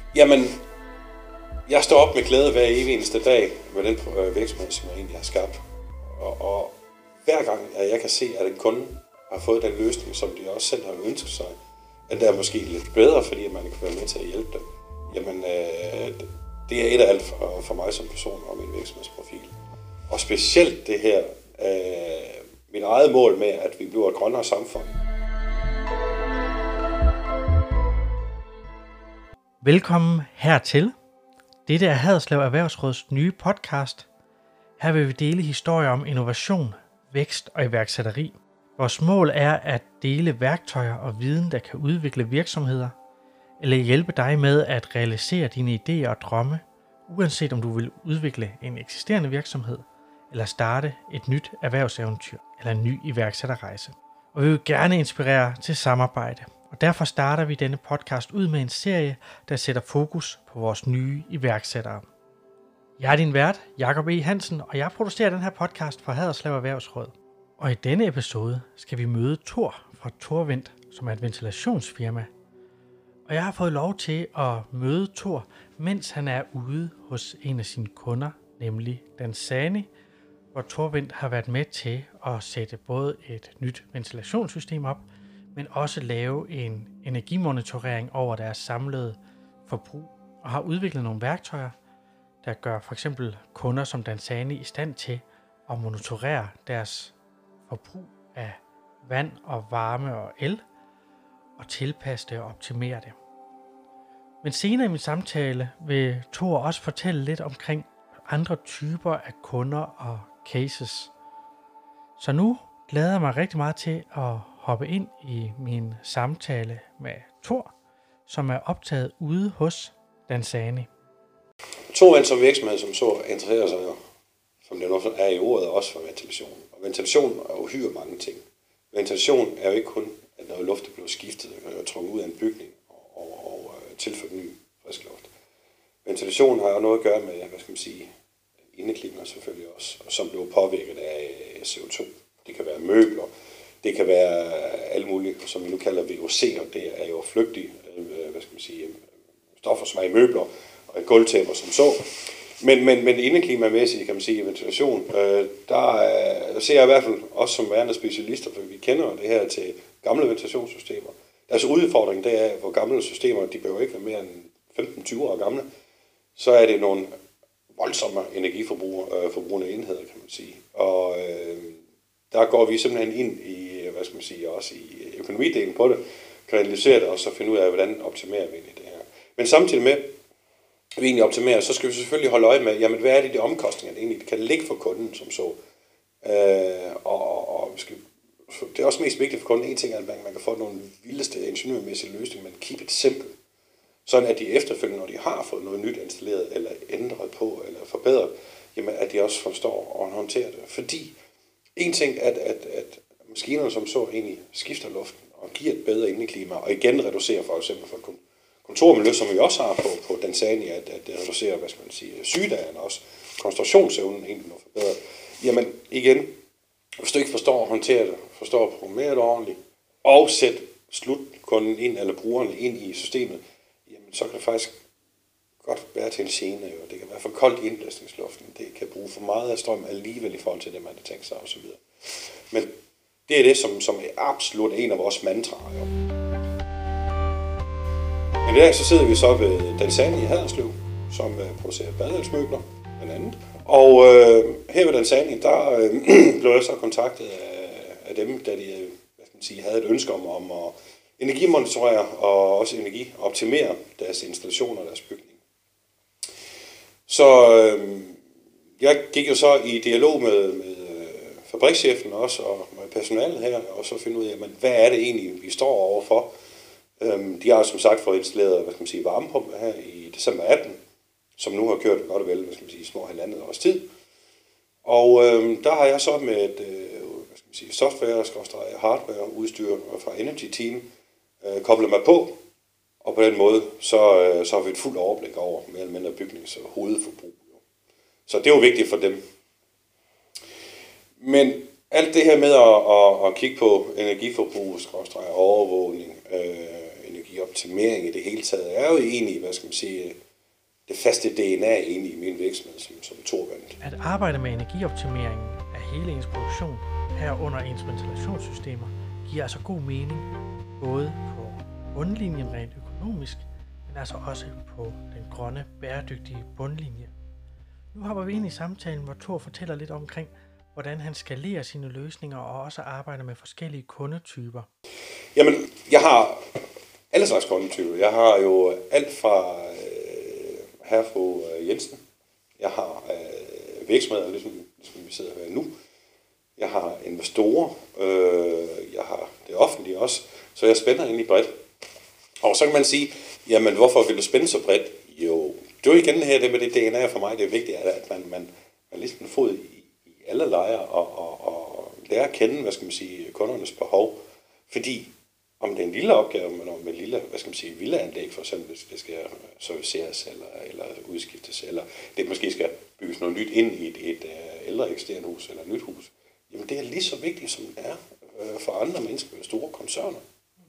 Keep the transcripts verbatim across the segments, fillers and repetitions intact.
Jamen, jeg står op med glæde hver evig eneste dag med den virksomhed, som jeg egentlig har skabt. Og, og hver gang at jeg kan se, at en kunde har fået den løsning, som de også selv har ønsket sig, at det er måske lidt bedre, fordi man kan være med til at hjælpe dem, jamen øh, det er et af alt for, for mig som person og min virksomhedsprofil. Og specielt det her, øh, mit eget mål med, at vi bliver et grønnere samfund. Velkommen hertil. Dette er Haderslev Erhvervsråds nye podcast. Her vil vi dele historier om innovation, vækst og iværksætteri. Vores mål er at dele værktøjer og viden, der kan udvikle virksomheder, eller hjælpe dig med at realisere dine idéer og drømme, uanset om du vil udvikle en eksisterende virksomhed, eller starte et nyt erhvervseventyr eller en ny iværksætterrejse. Og vi vil gerne inspirere til samarbejde. Og derfor starter vi denne podcast ud med en serie, der sætter fokus på vores nye iværksættere. Jeg er din vært, Jakob E. Hansen, og jeg producerer den her podcast for Haderslev Erhvervsråd. Og i denne episode skal vi møde Thor fra Thorvent, som er et ventilationsfirma. Og jeg har fået lov til at møde Thor, mens han er ude hos en af sine kunder, nemlig Dansani, hvor Thorvent har været med til at sætte både et nyt ventilationssystem op, men også lave en energimonitorering over deres samlede forbrug, og har udviklet nogle værktøjer, der gør for eksempel kunder som Dansani i stand til at monitorere deres forbrug af vand og varme og el, og tilpasse det og optimere det. Men senere i min samtale vil Thor også fortælle lidt omkring andre typer af kunder og cases. Så nu glæder jeg mig rigtig meget til at hoppe ind i min samtale med Thor, som er optaget ude hos Dansani. Thorvent som virksomhed, som så interesserer sig, som det nu er i ordet, også for ventilation. Og ventilation er uhyre mange ting. Ventilation er jo ikke kun, at noget luft bliver skiftet og trukket ud af en bygning og, og, og tilført ny frisk luft. Ventilation har jo noget at gøre med, hvad skal man sige, indeklima selvfølgelig også, som bliver påvirket af C O to. Det kan være møbler, det kan være alle mulige, som vi nu kalder V O C'er, det er jo flygtige, hvad skal man sige, stoffer, som er i møbler og gulvtæpper som så. Men, men, men indeklimamæssigt, kan man sige, i ventilation, øh, der, er, der ser jeg i hvert fald også som værende specialister, for vi kender det her til gamle ventilationssystemer. Deres udfordring, det er, hvor gamle systemer, de behøver ikke være mere end femten til tyve år gamle, så er det nogle voldsomme energiforbrugende enheder, kan man sige. Og øh, der går vi simpelthen ind i, hvad skal man sige, også i økonomidelen på det, kan analysere det og så finde ud af, hvordan optimerer vi det her. Men samtidig med, vi egentlig optimerer, så skal vi selvfølgelig holde øje med, jamen hvad er det de omkostninger, det egentlig kan ligge for kunden som så. Øh, og, og skal, det er også mest vigtigt for kunden. En ting er, at man, man kan få nogle vildeste ingeniørmæssige løsninger, men keep it simple. Sådan at de efterfølgende, når de har fået noget nyt installeret, eller ændret på, eller forbedret, jamen at de også forstår og håndterer det. Fordi en ting er, at, at, at maskinerne som så egentlig skifter luften, og giver et bedre indeklima, og igen reducerer for eksempel for kontormiljø, som vi også har på, på Dansani, at, at det reducerer, hvad skal man sige, sygedagen også, koncentrationsevnen egentlig noget forbedret. Jamen igen, hvis du ikke forstår at håndtere det, forstår at programmere det ordentligt, og sætte slutkunden ind, eller brugerne ind i systemet, jamen så kan det faktisk godt være til en gene, jo. Det kan være for koldt i indblæsningsluften, det kan bruge for meget af strøm alligevel i forhold til det, man har tænkt sig osv. Men det er det, som, som er absolut en af vores mantraer, jo. Men i dag så sidder vi så ved Dansani i Haderslev, som uh, producerer badehalsmøbler, blandt andet. Og uh, her ved Dansani, der uh, blev jeg så kontaktet af, af dem, da de hvad skal man sige, havde et ønske om, om at energimonitorere og også energioptimere deres installationer og deres bygning. Så uh, jeg gik jo så i dialog med, med fabrikschefen også, og med personalet her, og så finde ud af, jamen, hvad er det egentlig, vi står overfor. De har som sagt fået installeret, hvad skal man sige, varmepumpe her i december atten, som nu har kørt godt og vel, hvad skal man sige, små halvandet års tid. Og øhm, der har jeg så med et øh, hvad skal man sige, software, hardware, udstyr fra Energy Team øh, koblet mig på, og på den måde, så, øh, så har vi et fuldt overblik over mere eller mindre bygnings- og hovedforbrug. Så det er jo vigtigt for dem. Men alt det her med at, at, at kigge på energiforbrug, overvågning, øh, energioptimering i det hele taget er jo egentlig, hvad skal man sige, det faste D N A egentlig i min virksomhed som, som Thorvald. At arbejde med energioptimeringen af hele ens produktion, herunder ens ventilationssystemer, giver altså god mening, både på bundlinjen rent økonomisk, men altså også på den grønne, bæredygtige bundlinje. Nu hopper vi ind i samtalen, hvor Thor fortæller lidt omkring, hvordan han skalerer sine løsninger og også arbejder med forskellige kundetyper. Jamen, jeg har alle slags kundetyper. Jeg har jo alt fra øh, herfru Jensen. Jeg har øh, virksomheder, ligesom, ligesom vi sidder her nu. Jeg har investorer. Øh, jeg har det offentlige også. Så jeg spænder egentlig bredt. Og så kan man sige, jamen hvorfor vil du spænde så bredt? Jo, det er jo igen her, det med det D N A for mig, det er vigtigt, at man, man, man ligesom får i, i alle lejre og, og, og lære at kende, hvad skal man sige, kundernes behov. Fordi om det er en lille opgave, men om en lille, hvad skal man sige, villaanlæg for eksempel, hvis det skal serviceres eller, eller udskiftes, eller det måske skal bygges noget nyt ind i et, et, et ældre eksisterende hus eller et nyt hus, jamen det er lige så vigtigt, som det er for andre mennesker med store koncerner.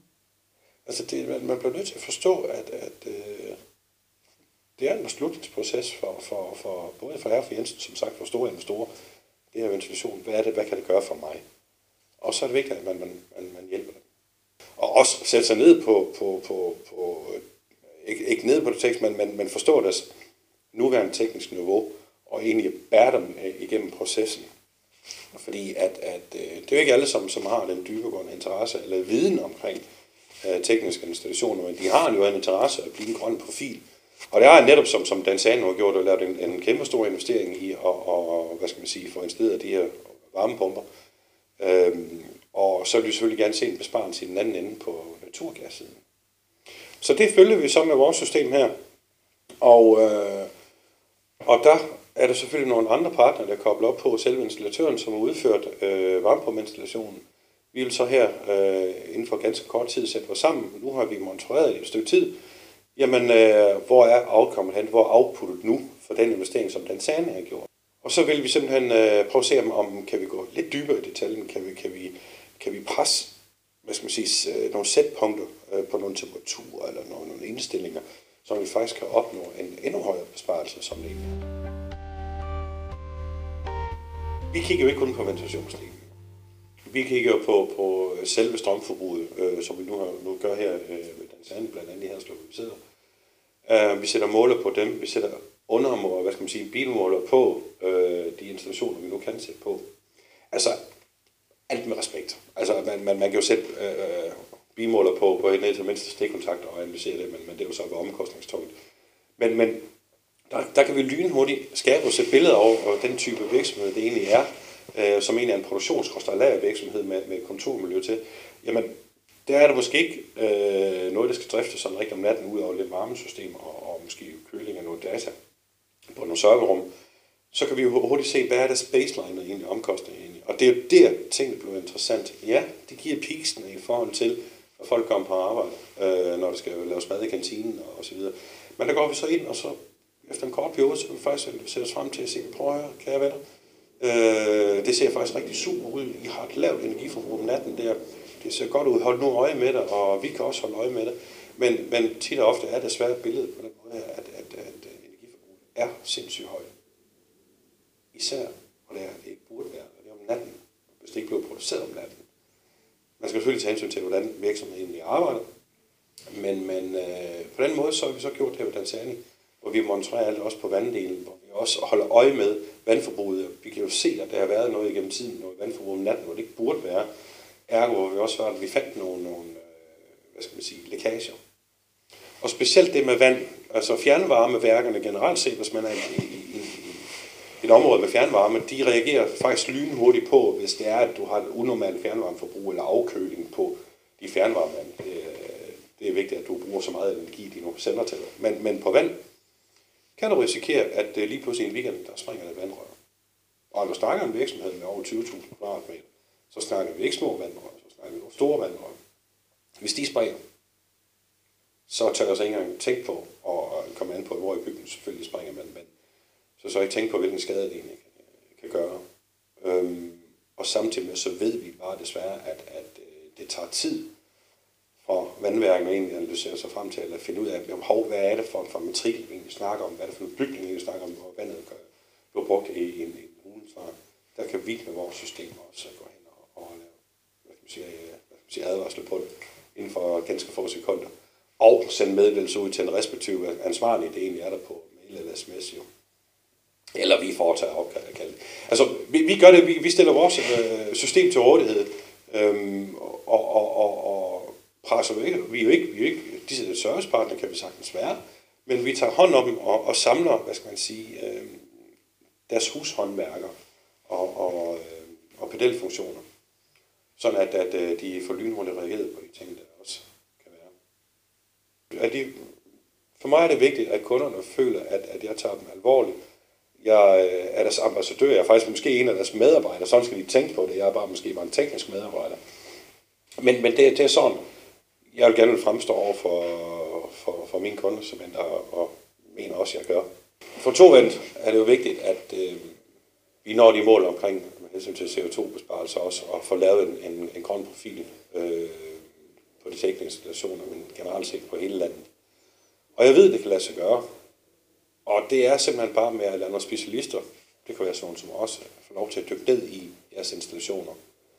Altså det, man bliver nødt til at forstå, at, at øh, det er en beslutningsproces for, for, for både for herre for Jensen, som sagt for store investorer, det her ventilation, hvad er det, hvad kan det gøre for mig? Og så er det vigtigt, at man, man, man, man hjælper dem. Og også sætte sig ned på, på, på, på ikke, ikke ned på det tekst, men, men, men forstå deres nuværende tekniske niveau, og egentlig bære dem igennem processen. Fordi at, at, det er jo ikke alle, som, som har den dybegående interesse eller viden omkring uh, tekniske installationer, men de har jo en interesse at blive en grøn profil. Og det er netop, som, som Dan Sane har gjort, at lave en, en kæmpe stor investering i, og, og hvad skal man sige, få installeret de her varmepumper. Øhm, og så vil vi selvfølgelig gerne se en besparelse i den anden ende på naturgassiden. Så det følger vi så med vores system her. Og, øh, og der er der selvfølgelig nogle andre partnere, der kobler op på selve installatøren, som har udført øh, varmepumpeinstallationen. Vi vil så her øh, inden for ganske kort tid sætte os sammen. Nu har vi monitoreret i et stykke tid. Jamen, øh, hvor er outcomet hen? Hvor er outputtet nu for den investering, som Dan Sane har gjort? Og så vil vi simpelthen øh, prøve at se, om, om kan vi gå lidt dybere i detaljen. Kan vi, kan vi, kan vi presse, hvad skal man sige, øh, nogle sætpunkter øh, på nogle temperaturer eller nogle, nogle indstillinger, så vi faktisk kan opnå en endnu højere besparelse som det egentlig er. Vi kigger jo ikke kun på ventilationsdelen. Vi kigger jo på, på selve strømforbruget, øh, som vi nu, har, nu gør her øh, med Dan Sane, blandt andet i her slå, vi sidder. Uh, vi sætter måler på dem, vi sætter undermåler, hvad skal man sige, bilmåler på øh, de installationer, vi nu kan sætte på. Altså, alt med respekt. Altså, man, man, man kan jo sætte øh, bilmåler på, på ned til mindste stikkontakt og analysere det, men, men det er jo så omkostningstungt. Men, men der, der kan vi lynhurtigt skabe og sætte billeder over, over den type virksomhed, det egentlig er, øh, som egentlig er en produktionskost- og lagervirksomhed med, med kontormiljø til. Jamen, der er der måske ikke øh, noget, der skal drifte sådan rigtig om natten, ud over lidt varmesystem og, og måske køling af noget data på nogle serverrum. Så kan vi jo hurtigt se, hvad er der baseline egentlig, omkostninger egentlig. Og det er jo der, tingene bliver interessant. Ja, det giver peaksene i forhold til, at folk kommer på arbejde, øh, når der skal laves mad i kantinen og så videre. Men der går vi så ind, og så efter en kort periode, så kan vi faktisk sætte os frem til at se, prøv at høre, kære venner. Øh, det ser faktisk rigtig super ud. I har et lavt energiforbrug om natten der. Det ser godt ud. Hold nu øje med det, og vi kan også holde øje med det. Men, men tit og ofte er det svært billede på den måde, at, at, at energiforbruget er sindssygt højt. Især, og det er det ikke burde være, det er om natten, hvis det ikke bliver produceret om natten. Man skal selvfølgelig tage hensyn til, hvordan virksomheden egentlig arbejder. Men, men øh, på den måde så har vi så gjort det her ved Dan Sane, hvor vi monitorerer alt også på vanddelen, hvor vi også holder øje med vandforbruget. Vi kan jo se, at der har været noget igennem tiden, noget vandforbrug om natten, hvor det ikke burde være. Ergo, hvor vi også var, at vi fandt nogle, nogle hvad skal man sige, lækager. Og specielt det med vand, altså fjernvarmeværkerne generelt set, hvis man er i, i, i et område med fjernvarme, de reagerer faktisk lynhurtigt på, hvis det er, at du har et unormalt fjernvarmeforbrug eller afkøling på de fjernvarmevand. Det, det er vigtigt, at du bruger så meget energi, de nu sender til dig. Men, men på vand kan du risikere, at lige pludselig en weekend, der springer et vandrør. Og når du snakker en virksomhed med over tyve tusind kvadratmeter, så snakker vi ikke små vandrør, så snakker vi store vandrør. Hvis de springer, så tør jeg så ikke engang tænke på, og komme an på, hvor i bygden selvfølgelig springer man, men så så ikke tænke på, hvilken skade det egentlig kan, kan gøre. Øhm, og samtidig med, så ved vi bare desværre, at, at det tager tid for vandværken og egentlig analysere sig frem til, eller finde ud af, hov, hvad er det for, for matrikel, vi egentlig snakker om, hvad er det for en bygning, vi egentlig snakker om, hvor vandet bliver brugt i, i en, en ugen. Så der kan vi med vores system også gå hen og, og lave hvad kan man sige, hvad kan man sige, advarsel på det inden for ganske få sekunder. Og sende meddelelse ud til en respektiv ansvarlig, det egentlig er der på mail eller sms jo. Eller vi foretager opkald. Altså, vi, vi gør det, vi, vi stiller vores øh, system til rådighed, øhm, og, og, og, og presser vi ikke. Vi er jo ikke, vi er jo ikke disse servicepartner, kan vi sagtens være, men vi tager hånd om dem og, og samler, hvad skal man sige, øh, deres hushåndværker og, og, øh, og pedelfunktioner, sådan at, at øh, de får lynhurtigt reageret på de ting, der også kan være. At de, for mig er det vigtigt, at kunderne føler, at, at jeg tager dem alvorligt. Jeg er deres ambassadør, jeg er faktisk måske en af deres medarbejdere, sådan skal de tænke på det, jeg er bare måske bare en teknisk medarbejder. Men, men det, det er sådan, jeg vil gerne vil fremstå over for, for, for mine kunder, som jeg og mener også, jeg gør. For Torvent er det jo vigtigt, at øh, vi når de mål omkring med hensyn til C O to besparelser også, og få lavet en, en, en grøn profil øh, på de tekniske installationer, men generelt set på hele landet. Og jeg ved, det kan lade sig gøre. Og det er simpelthen bare med at lade nogle specialister, det kan være sådan som også, få lov til at dykke ned i jeres installationer.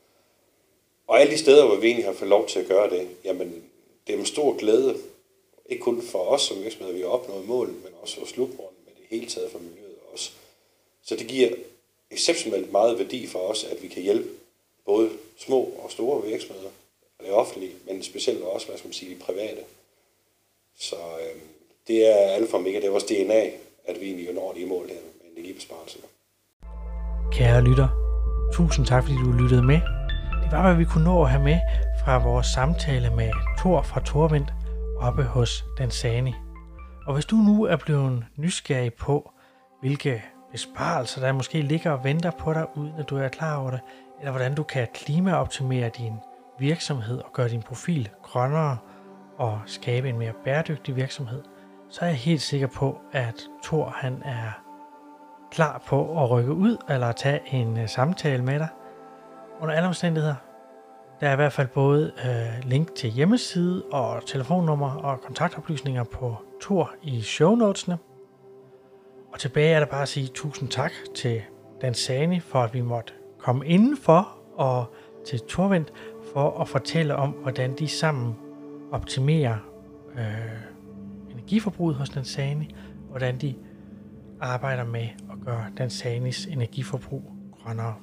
Og alle de steder, hvor vi egentlig har fået lov til at gøre det, jamen det er med stor glæde, ikke kun for os som virksomheder, vi har opnået målet, men også for slutbrugerne, men det hele taget for miljøet også. Så det giver exceptionelt meget værdi for os, at vi kan hjælpe både små og store virksomheder, og det offentlige, men specielt også, hvad skal man sige, de private. Så øh, det er alfa og omega, det er vores D N A, at vi egentlig når de mål her med energibesparelser. Kære lytter, tusind tak fordi du lyttede med. Det var, hvad vi kunne nå at have med fra vores samtale med Thor fra Torvent oppe hos Dansani. Og hvis du nu er blevet nysgerrig på, hvilke besparelser der måske ligger og venter på dig, uden at du er klar over det, eller hvordan du kan klimaoptimere din virksomhed og gøre din profil grønnere og skabe en mere bæredygtig virksomhed, så er jeg helt sikker på, at Thor han er klar på at rykke ud eller tage en samtale med dig. Under alle omstændigheder, der er i hvert fald både øh, link til hjemmeside og telefonnummer og kontaktoplysninger på Thor i shownotesene. Og tilbage er der bare at sige tusind tak til Dansani for, at vi måtte komme indenfor, og til Torvent for at fortælle om, hvordan de sammen optimerer øh, energiforbruget hos Dansani, hvordan de arbejder med at gøre Dansanis energiforbrug grønnere.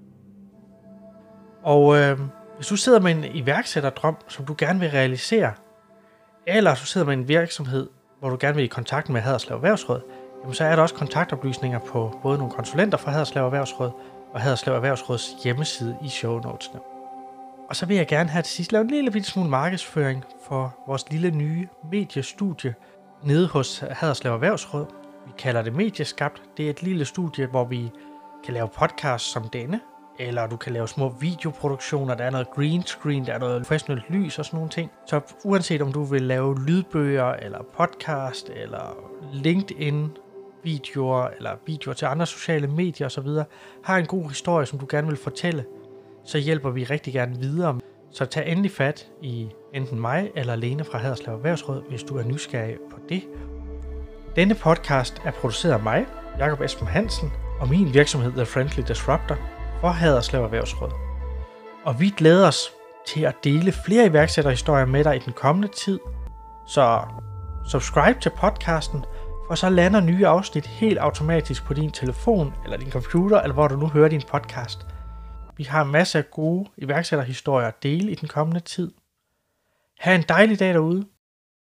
Og øh, hvis du sidder med en iværksætterdrøm, som du gerne vil realisere, eller du sidder med en virksomhed, hvor du gerne vil i kontakt med Haderslev Erhvervsråd, jamen så er der også kontaktoplysninger på både nogle konsulenter fra Haderslev Erhvervsråd og Haderslev Erhvervsråds hjemmeside i shownotesene. Og så vil jeg gerne her til sidst lave en lille bitte smule markedsføring for vores lille nye mediestudie nede hos Haderslev Erhvervsråd. Vi kalder det Medieskabt. Det er et lille studie, hvor vi kan lave podcasts som denne, eller du kan lave små videoproduktioner, der er noget green screen, der er noget professionelt lys og sådan nogle ting. Så uanset om du vil lave lydbøger, eller podcast, eller LinkedIn videoer, eller videoer til andre sociale medier osv., har en god historie, som du gerne vil fortælle, så hjælper vi rigtig gerne videre. Så tag endelig fat i enten mig eller Lene fra Haderslev Erhvervsråd, hvis du er nysgerrig på det. Denne podcast er produceret af mig, Jakob Esben Hansen, og min virksomhed The Friendly Disruptor for Haderslev Erhvervsråd. Og vi glæder os til at dele flere iværksætterhistorier med dig i den kommende tid. Så subscribe til podcasten, for så lander nye afsnit helt automatisk på din telefon eller din computer, eller hvor du nu hører din podcast. Vi har masser af gode iværksætterhistorier at dele i den kommende tid. Ha' en dejlig dag derude.